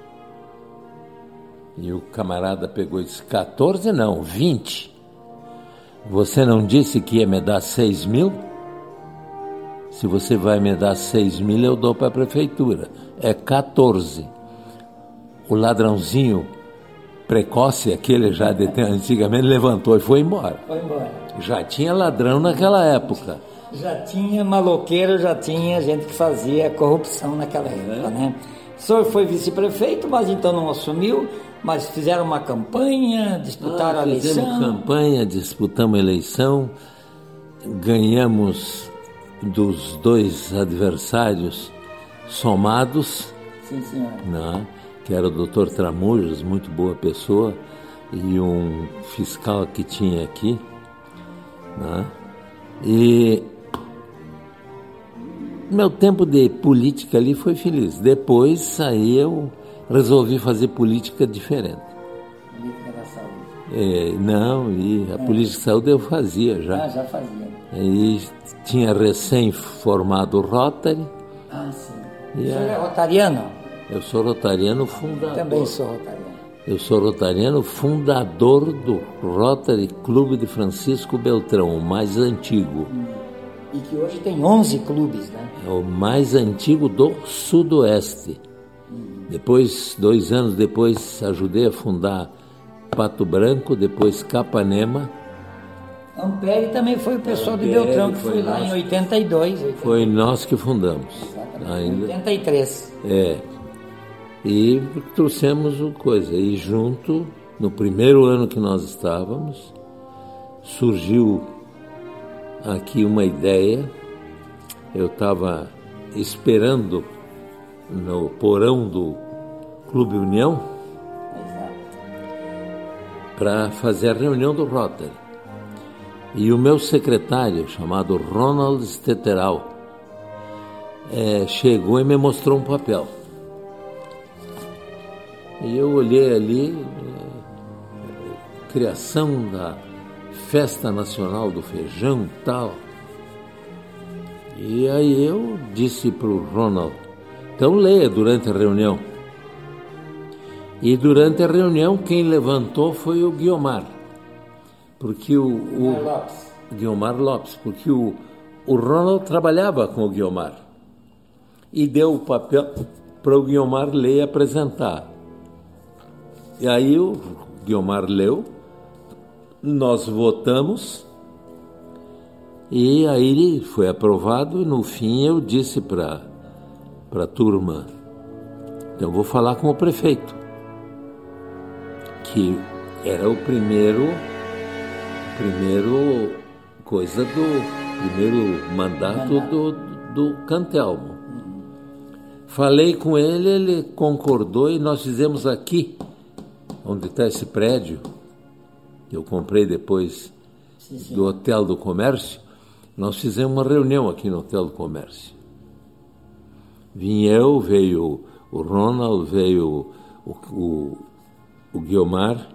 E o camarada pegou e disse, quatorze não, vinte. Você não disse que ia me dar seis mil? Se você vai me dar seis mil, eu dou para a prefeitura. É quatorze. O ladrãozinho precoce, aquele já de, antigamente levantou e foi embora. Foi embora. Já tinha ladrão naquela época. Já tinha maloqueiro, já tinha gente que fazia corrupção naquela época, é. né? O senhor foi vice-prefeito, mas então não assumiu, mas fizeram uma campanha, disputaram ah, a eleição. Fizemos campanha, disputamos a eleição, ganhamos dos dois adversários somados. Sim, senhor. Não, que era o doutor Tramujas, muito boa pessoa, e um fiscal que tinha aqui. Né? E meu tempo de política ali foi feliz. Depois aí eu resolvi fazer política diferente. Política da saúde. É, não, e a é. política de saúde eu fazia já. Ah, já fazia. Aí tinha recém-formado o Rotary. Ah, sim. O senhor é rotariano? Eu sou rotariano fundador. Eu também sou rotariano. Eu sou rotariano fundador do Rotary Clube de Francisco Beltrão, o mais antigo. Hum. E que hoje tem onze clubes, né? É o mais antigo do Sudoeste. Hum. Depois, dois anos depois, ajudei a fundar Pato Branco, depois Capanema. Ampere também foi o pessoal Ampere, de Beltrão, que foi, foi lá em oitenta e dois. oitenta e três. Foi nós que fundamos. Exatamente, ainda. oitenta e três. É. E trouxemos o coisa. E junto, no primeiro ano que nós estávamos, surgiu aqui uma ideia. Eu estava esperando no porão do Clube União para fazer a reunião do Rotary. E o meu secretário, chamado Ronald Stetteral, é, chegou e me mostrou um papel. E eu olhei ali, é, criação da Festa Nacional do Feijão e tal. E aí eu disse para o Ronald, então leia durante a reunião. E durante a reunião quem levantou foi o Guiomar. Porque o, o Guiomar Lopes. Guiomar Lopes, porque o, o Ronald trabalhava com o Guiomar. E deu o papel para o Guiomar ler e apresentar. E aí o Guiomar leu, nós votamos, e aí foi aprovado, e no fim eu disse para a turma, então vou falar com o prefeito, que era o primeiro, primeiro coisa do primeiro mandato do, do Cantelmo. Falei com ele, ele concordou e nós fizemos aqui, onde está esse prédio, que eu comprei depois sim, sim. do Hotel do Comércio, nós fizemos uma reunião aqui no Hotel do Comércio. Vim eu, veio o Ronald, veio o, o, o Guiomar,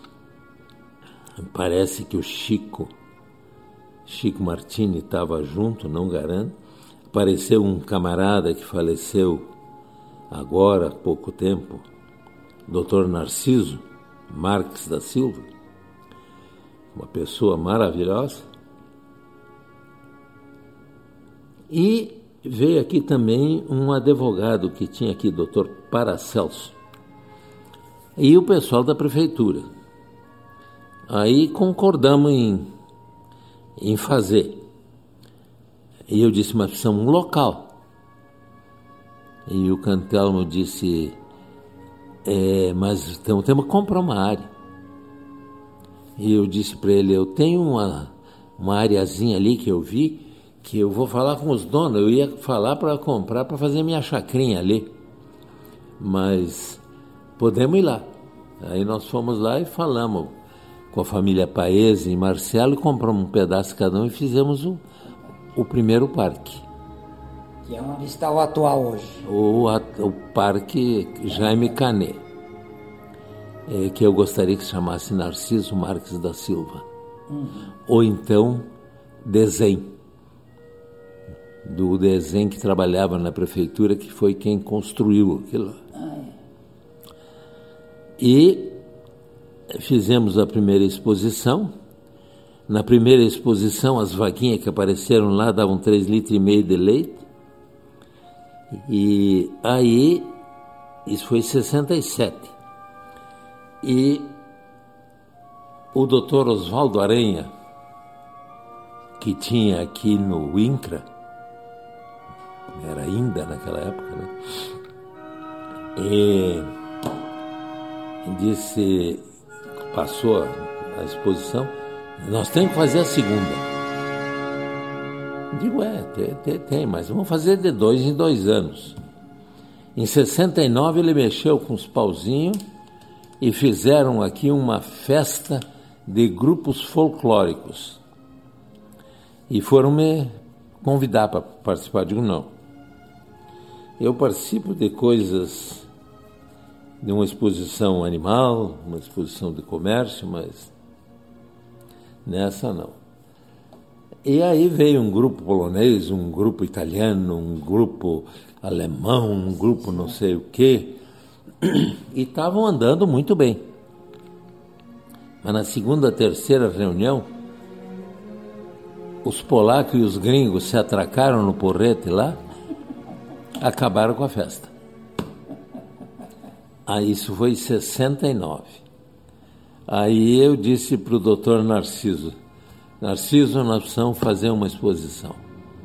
parece que o Chico, Chico Martini estava junto, não garanto. Apareceu um camarada que faleceu agora, há pouco tempo, doutor Narciso Marques da Silva, uma pessoa maravilhosa. E veio aqui também um advogado que tinha aqui, doutor Paracelso, e o pessoal da prefeitura. Aí concordamos em, em fazer. E eu disse, mas precisamos de um local. E o Cantelmo disse, é, mas então, temos que comprar uma área. E eu disse para ele, eu tenho uma, uma areazinha ali que eu vi, que eu vou falar com os donos, eu ia falar para comprar, para fazer minha chacrinha ali. Mas podemos ir lá. Aí nós fomos lá e falamos com a família Paese e Marcelo, e compramos um pedaço cada um e fizemos o, o primeiro parque. Que é onde está o atual hoje. O, o Parque Jaime Canet, é, que eu gostaria que se chamasse Narciso Marques da Silva. Uhum. Ou então Desenho, do Desenho que trabalhava na prefeitura, que foi quem construiu aquilo. Ah, é. E fizemos a primeira exposição. Na primeira exposição, as vaquinhas que apareceram lá davam três litros e meio de leite. E aí, isso foi em sessenta e sete. E o doutor Oswaldo Aranha, que tinha aqui no INCRA, era ainda naquela época, né? E disse, passou a exposição, nós temos que fazer a segunda. Digo, é, tem, tem, tem, mas vamos fazer de dois em dois anos. Em sessenta e nove ele mexeu com os pauzinhos e fizeram aqui uma festa de grupos folclóricos. E foram me convidar para participar. Digo, não. Eu participo de coisas, de uma exposição animal, uma exposição de comércio, mas nessa não. E aí veio um grupo polonês, um grupo italiano, um grupo alemão, um grupo não sei o quê, e estavam andando muito bem. Mas na segunda, terceira reunião, os polacos e os gringos se atracaram no porrete lá, acabaram com a festa. Aí isso foi em sessenta e nove. Aí eu disse para o doutor Narciso, Narciso, nós precisamos fazer uma exposição.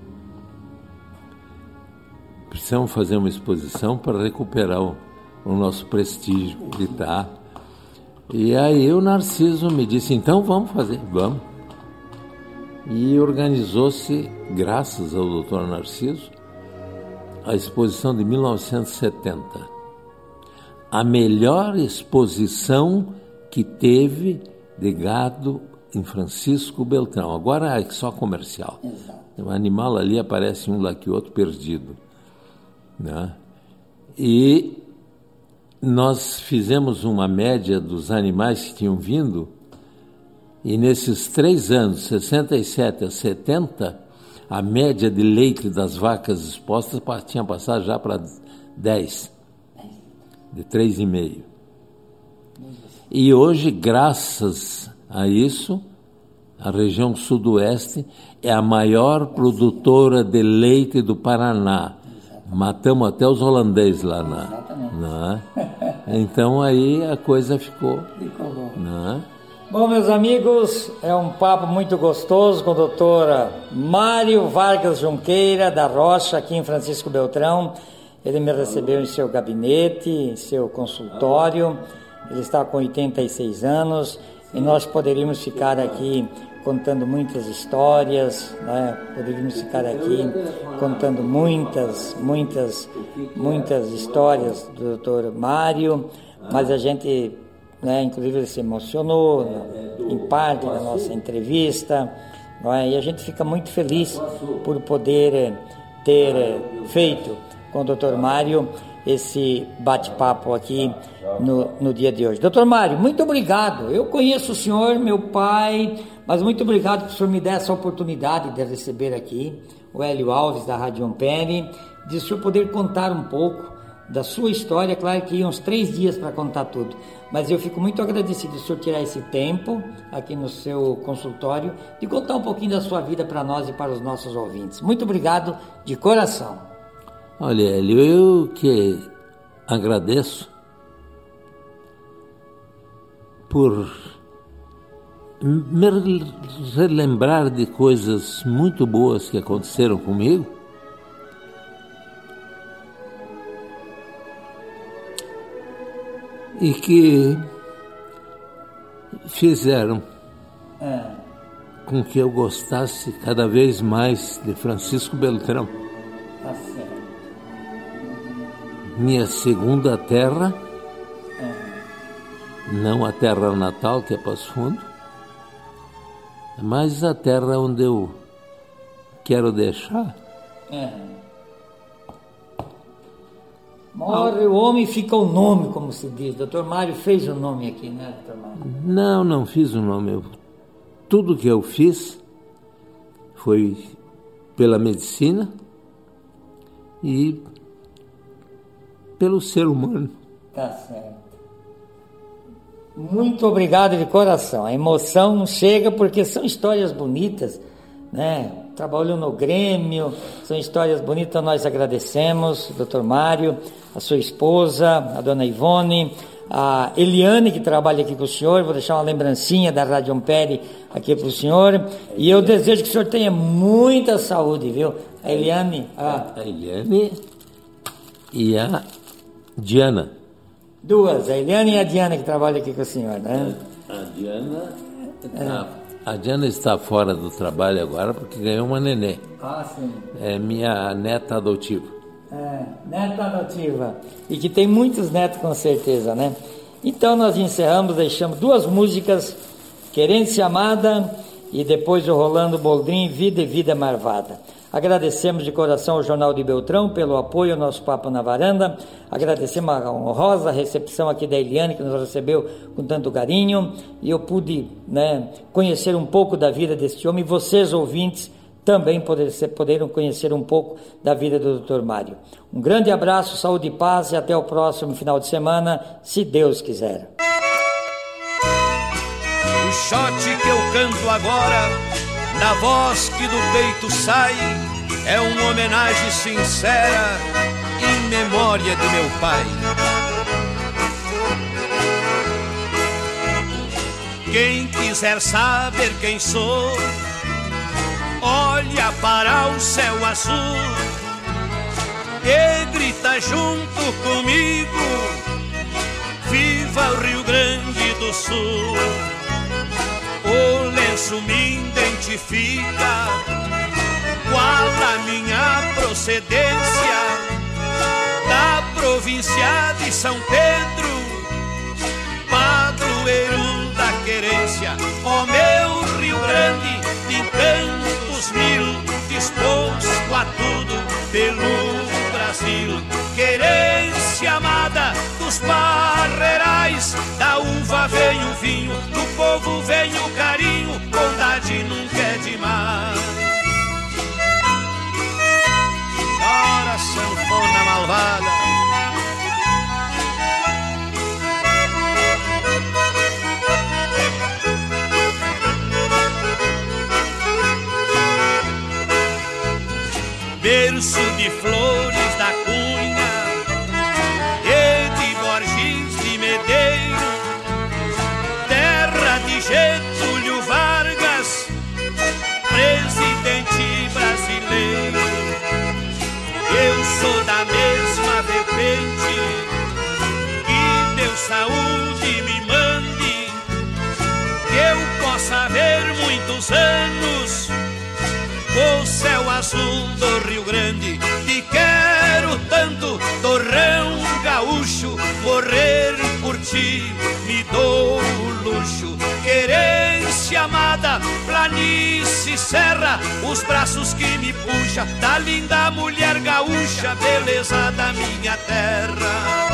Precisamos fazer uma exposição para recuperar o, o nosso prestígio de estar. E aí o Narciso me disse, então vamos fazer, vamos. E organizou-se, graças ao doutor Narciso, a exposição de mil novecentos e setenta. A melhor exposição que teve de gado em Francisco Beltrão. Agora é só comercial. Exato. O animal ali aparece um lá que o outro perdido. Né? E nós fizemos uma média dos animais que tinham vindo, e nesses três anos, sessenta e sete a setenta, a média de leite das vacas expostas tinha passado já para dez, de três vírgula cinco. E hoje, graças a isso, a região sudoeste é a maior produtora de leite do Paraná. Matamos até os holandeses lá na, na então aí a coisa ficou, ficou bom. Na, Bom, meus amigos, é um papo muito gostoso com o doutor Mário Vargas Junqueira da Rocha, aqui em Francisco Beltrão. Ele me recebeu em seu gabinete, em seu consultório. Ele está com oitenta e seis anos e nós poderíamos ficar aqui contando muitas histórias, né? Poderíamos ficar aqui contando muitas, muitas, muitas histórias do doutor Mário, mas a gente, né, inclusive, ele se emocionou, né, em parte da nossa entrevista, não é? E a gente fica muito feliz por poder ter feito com o doutor Mário esse bate-papo aqui no, no dia de hoje. doutor Mário, muito obrigado. Eu conheço o senhor, meu pai, mas muito obrigado por o senhor me dar essa oportunidade de receber aqui o Hélio Alves, da Rádio Ampere, de o senhor poder contar um pouco da sua história. Claro que iam uns três dias para contar tudo, mas eu fico muito agradecido de o senhor tirar esse tempo aqui no seu consultório de contar um pouquinho da sua vida para nós e para os nossos ouvintes. Muito obrigado de coração. Olha, Hélio, eu que agradeço por me relembrar de coisas muito boas que aconteceram comigo. E que fizeram é. com que eu gostasse cada vez mais de Francisco Beltrão. Tá certo. Minha segunda terra, é. não a terra natal, que é Passo Fundo, mas a terra onde eu quero deixar. É. Morre o homem e fica o nome, como se diz. doutor Mário fez o nome aqui, né, doutor Mário? Não, não fiz o nome. Eu, tudo que eu fiz foi pela medicina e pelo ser humano. Tá certo. Muito obrigado de coração. A emoção chega porque são histórias bonitas, né? Trabalhou no Grêmio, são histórias bonitas. Nós agradecemos, doutor Mário, a sua esposa, a dona Ivone, a Eliane, que trabalha aqui com o senhor. Vou deixar uma lembrancinha da Rádio Ampere aqui para o senhor. E eu desejo que o senhor tenha muita saúde, viu? A Eliane... A, a Eliane e a Diana. Duas, a Eliane e a Diana, que trabalham aqui com o senhor, né? A Diana... É. A Diana está fora do trabalho agora porque ganhou uma nenê. Ah, sim. É minha neta adotiva. É, neta adotiva. E que tem muitos netos, com certeza, né? Então nós encerramos, deixamos duas músicas, Querência Amada e depois o Rolando Boldrin, Vida e Vida Marvada. Agradecemos de coração ao Jornal de Beltrão pelo apoio ao nosso Papo na Varanda. Agradecemos a honrosa recepção aqui da Eliane, que nos recebeu com tanto carinho. E eu pude, né, conhecer um pouco da vida deste homem. E vocês, ouvintes, também poderam conhecer um pouco da vida do doutor Mário. Um grande abraço, saúde e paz e até o próximo final de semana, se Deus quiser. O shot que eu canto agora, na voz que do peito sai, é uma homenagem sincera em memória de meu pai. Quem quiser saber quem sou, olha para o céu azul e grita junto comigo: viva o Rio Grande do Sul! O lenço me identifica, qual a minha procedência, da província de São Pedro, padroeiro da querência. Ó meu Rio Grande, de tantos mil, disposto a tudo pelo Brasil. Querência amada dos parreirais, da uva vem o vinho, do povo vem o carinho, bondade nunca é demais. Ora, sanfona malvada, berço de Flores da Cunha e de Borges de Medeiros, terra de Getúlio Vargas, presidente brasileiro. Eu sou da mesma vertente, que Deus saúde me mande, que eu possa ver muito meus anos, o céu azul do Rio Grande. Te quero tanto, torrão gaúcho, morrer por ti me dou o luxo. Querência amada, planície, serra, os braços que me puxa da linda mulher gaúcha, beleza da minha terra.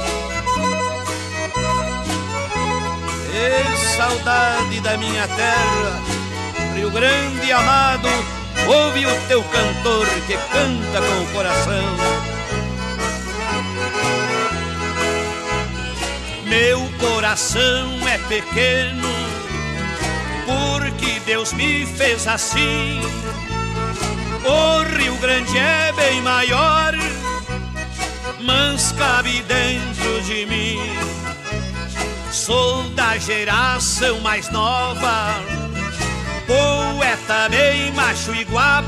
E saudade da minha terra, Rio Grande amado, ouve o teu cantor que canta com o coração. Meu coração é pequeno, porque Deus me fez assim. O Rio Grande é bem maior, mas cabe dentro de mim. Sou da geração mais nova, poeta bem macho e guapo.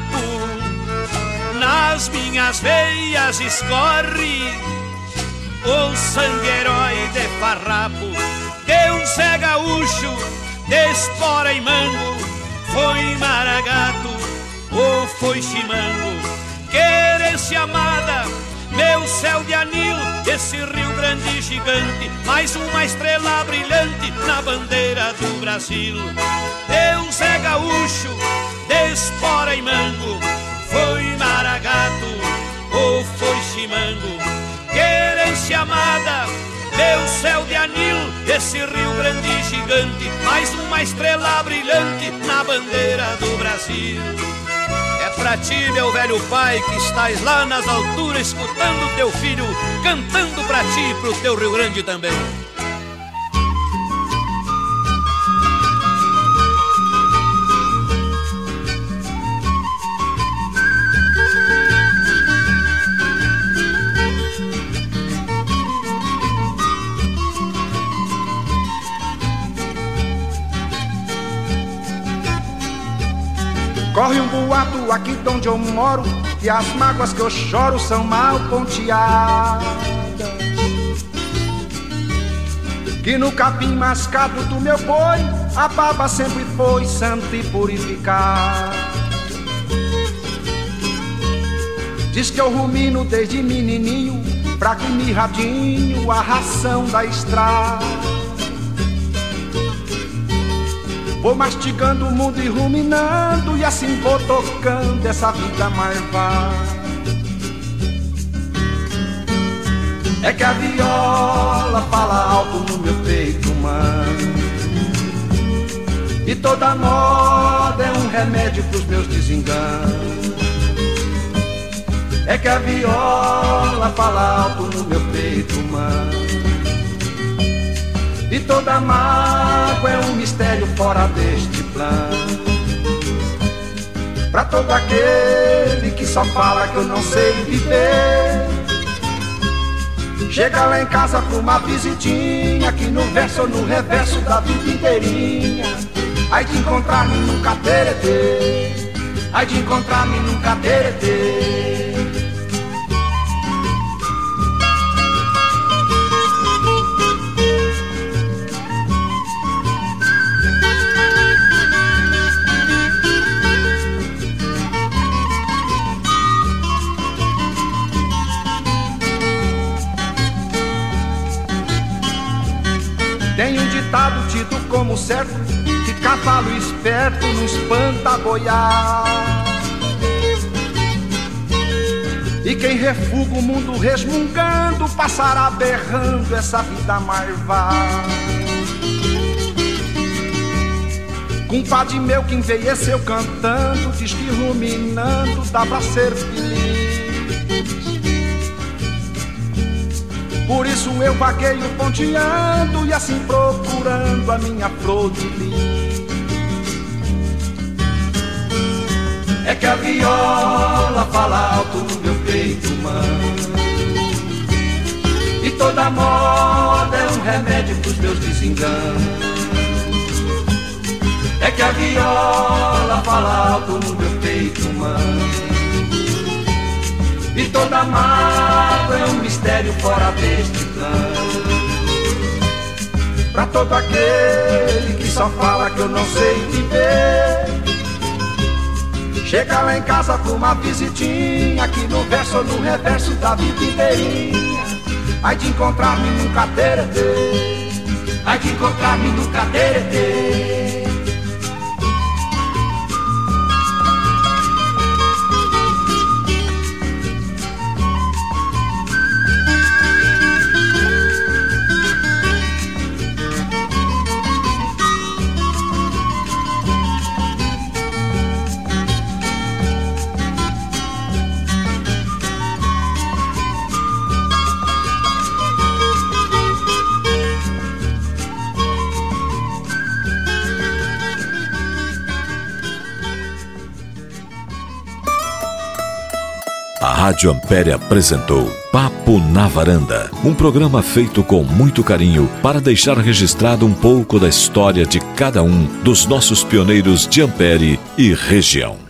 Nas minhas veias escorre o sangue herói de farrapo. Deus é gaúcho, de espora e mango, foi maragato ou foi chimango. Querência amada, meu céu de anil, esse Rio Grande gigante, mais uma estrela brilhante na bandeira do Brasil. Deus é gaúcho, de espora e mango, foi maragato ou foi chimango. Querência amada, meu céu de anil, esse Rio Grande gigante, mais uma estrela brilhante na bandeira do Brasil. É pra ti, meu velho pai, que estás lá nas alturas, escutando teu filho, cantando pra ti e pro teu Rio Grande também. Corre um boato aqui de onde eu moro, que as mágoas que eu choro são mal ponteadas, que no capim mascado do meu boi a baba sempre foi santa e purificada. Diz que eu rumino desde menininho, fraco e mirradinho, a ração da estrada. Vou mastigando o mundo e ruminando, e assim vou tocando essa vida marvada. É que a viola fala alto no meu peito humano, e toda moda é um remédio pros meus desenganos. É que a viola fala alto no meu peito humano, e toda mágoa é um mistério fora deste plano. Pra todo aquele que só fala que eu não sei viver, chega lá em casa pra uma visitinha, que no verso ou no reverso da vida inteirinha, ai de encontrar-me num cateretê, ai de encontrar-me num cateretê. Tem um ditado tido como certo, que cavalo esperto não espanta a boiada, e quem refuga o mundo resmungando passará berrando essa vida marvada. Compadre meu que envelheceu cantando, diz que ruminando dá pra ser feliz. Por isso eu vagueio ponteando, e assim procurando a minha flor de lis. É que a viola fala alto no meu peito humano, e toda moda é um remédio pros meus desenganos. É que a viola fala alto no meu peito humano, e toda mágoa é um mistério fora deste plano. Pra todo aquele que só fala que eu não sei viver, Chega lá em casa com uma visitinha, aqui no verso ou no reverso da vida inteirinha. Ai de encontrar-me no cateretê, ai de encontrar-me no cateretê. A Rádio Ampere apresentou Papo na Varanda, um programa feito com muito carinho para deixar registrado um pouco da história de cada um dos nossos pioneiros de Ampere e região.